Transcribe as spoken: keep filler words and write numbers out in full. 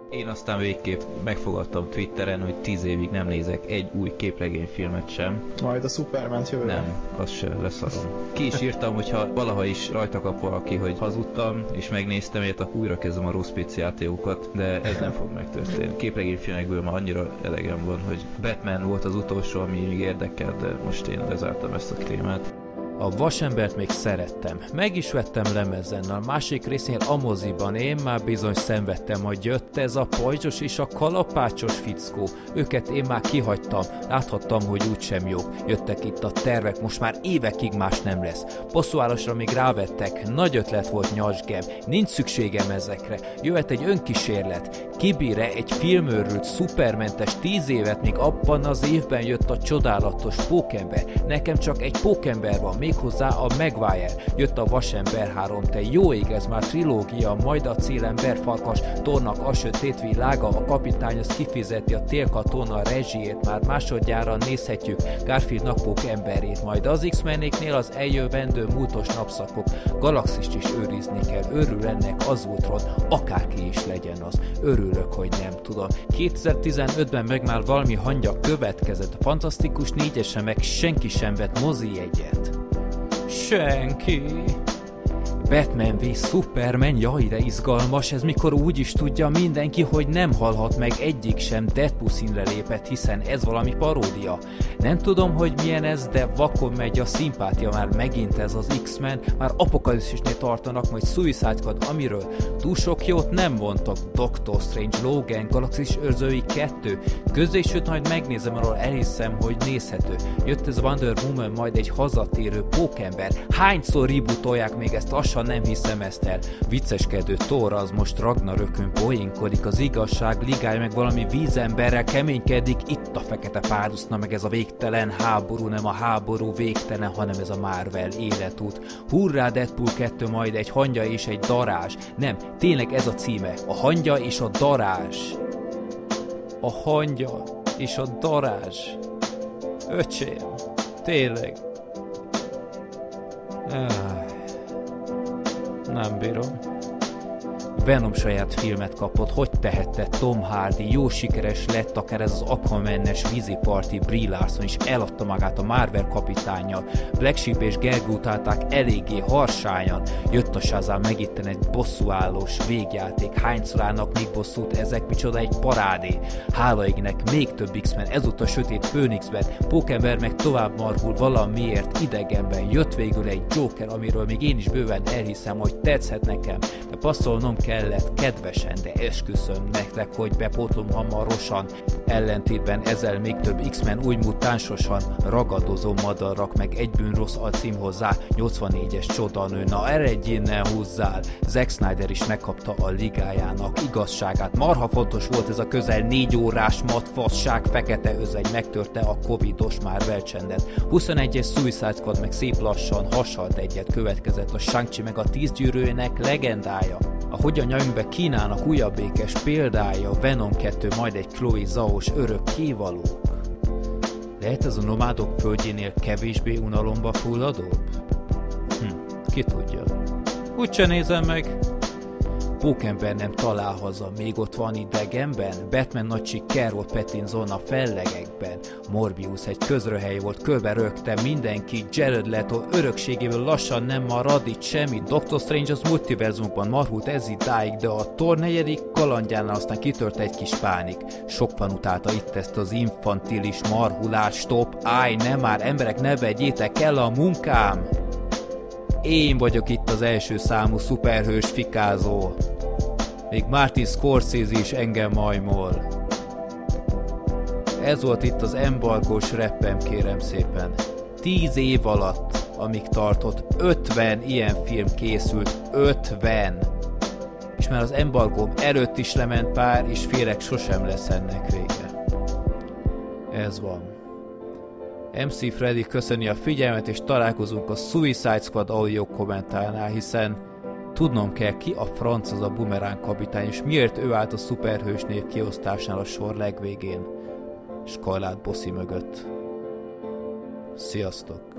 Én aztán végképp megfogadtam Twitteren, hogy tíz évig nem nézek egy új képregényfilmet sem. Majd a Superman-t jövőre. Nem, az se, leszarom. Ki is írtam, hogy ha valaha is rajta kap valaki, hogy hazudtam, és megnéztem ilyet, akkor újra kezdem a rossz pé cé játékokat, de ez nem fog megtörténni. Képregényfilmekből már annyira elegem van, hogy Batman volt az utolsó, ami még érdekel, de most én lezártam ezt a témát. A Vasembert még szerettem. Meg is vettem lemezen, a másik résznél a moziban én már bizony szenvedtem, hogy jött ez a pajzsos és a kalapácsos fickó. Őket én már kihagytam, láthattam, hogy úgysem jók. Jöttek itt a tervek, most már évekig más nem lesz. Bosszúállásra még rávettek, nagy ötlet volt nyasgem, nincs szükségem ezekre. Jöhet egy önkísérlet, kibír-e egy filmőrült, szupermentes tíz évet, még abban az évben jött a csodálatos pókember. Nekem csak egy pókember van, méghozzá a Maguire. Jött a Vasember három, te jó ég, ez már trilógia, majd a célember farkas, tornak a sötét világa, a kapitány az kifizeti a télkatona rezsijét, már másodjára nézhetjük Garfieldnak pókemberét, majd az X-menéknél az eljövendő múltos napszakok, galaxist is őrizni kell, örül ennek az Ultron, akárki is legyen az, örülök, hogy nem tudom. kétezer-tizenötben meg már valami hangya következett, a Fantasztikus négyesen meg senki sem vett mozi jegyet. Senki. Batman v Superman, jaj de izgalmas, ez mikor úgy is tudja mindenki, hogy nem halhat meg egyik sem Deadpool színre lépett, hiszen ez valami paródia. Nem tudom, hogy milyen ez, de vakon megy a szimpátia, már megint ez az X-Men, már apokalipszisnél tartanak, majd Suicide Squad, amiről túl sok jót nem mondtak. Doctor Strange, Logan, Galaxis őrzői kettő, közé, sőt majd megnézem, arról elhiszem, hogy nézhető. Jött ez Wonder Woman, majd egy hazatérő pókember. Hányszor rebootolják még ezt, lassan nem hiszem ezt el. Vicceskedő Thor az most Ragnarökön poénkodik, az igazság ligája meg valami vízemberrel keménykedik, itt a fekete párduszna meg ez a végtelen háború, nem a háború végtelen, hanem ez a Marvel életút. Hurrá Deadpool kettő, majd egy hangya és egy darázs. Nem, tényleg ez a címe, a hangya és a darázs. A hangya és a darázs. Öcsém, tényleg. Ah. Nem bírom. Venom saját filmet kapott, hogy tehette Tom Hardy, jó sikeres lett akár ez az Aquaman-es víziparti, Brie Larson is eladta magát a Marvel kapitánnyal, Black Sheep és Gergő utálták eléggé harsányan, jött a Shazam, megitten egy bosszúállós végjáték, hányszor állnak még bosszút, ezek micsoda egy parádé, hála égnek még több X-Men, ezúttal sötét Főnixben, Pókember meg tovább marhul valamiért idegenben, jött végül egy Joker, amiről még én is bőven elhiszem, hogy tetszhet nekem, de passzolnom kellett kedvesen, de esküszöm nektek, hogy bepótlom hamarosan. Ellentétben ezzel még több X-Men új mutánsosan, ragadozó madarak, meg egy bűn rossz alcím hozzá, nyolcvannégyes csodanő, na eredj innen húzzál. Zack Snyder is megkapta a ligájának igazságát, marha fontos volt ez a közel négy órás matfasság, fekete özvegy megtörte a covidos Marvel csendet. huszonegyes Suicide Squad meg szép lassan hasalt egyet, következett a Shang-Chi meg a tíz gyűrűjének legendája. Ahogy a nyombe kínálnak újabb ékes példája, Venom kettő, majd egy Chloe Zhaos örökkévalók. Lehet ez a nomádok földjénél kevésbé unalomba fulladóbb? Hm, ki tudja. Úgyse nézem meg. Pókember nem talál haza, még ott van idegenben. Batman nagy siker volt Pattinson a fellegekben. Morbius egy közröhely volt, körbe rögte mindenki. Jared Leto örökségéből lassan nem marad itt semmi. Doctor Strange az multiverzumban marhult ez idáig, de a Thor negyedik kalandjánál aztán kitört egy kis pánik. Sok fan utálta itt ezt az infantilis marhulást. Stop, állj, nem már emberek, ne vegyétek el a munkám! Én vagyok itt az első számú szuperhős fikázó. Még Martin Scorsese is engem majmol. Ez volt itt az embargós rappem, kérem szépen. Tíz év alatt, amíg tartott, ötven ilyen film készült. ötven! És már az embargóm előtt is lement pár, és félek sosem lesz ennek vége. Ez van. em cé Freddy köszöni a figyelmet, és találkozunk a Suicide Squad audio kommentárnál, hiszen tudnom kell, ki a franc az a Boomerang kapitány, és miért ő állt a szuperhős név kiosztásnál a sor legvégén, Scarlett Bossy mögött. Sziasztok!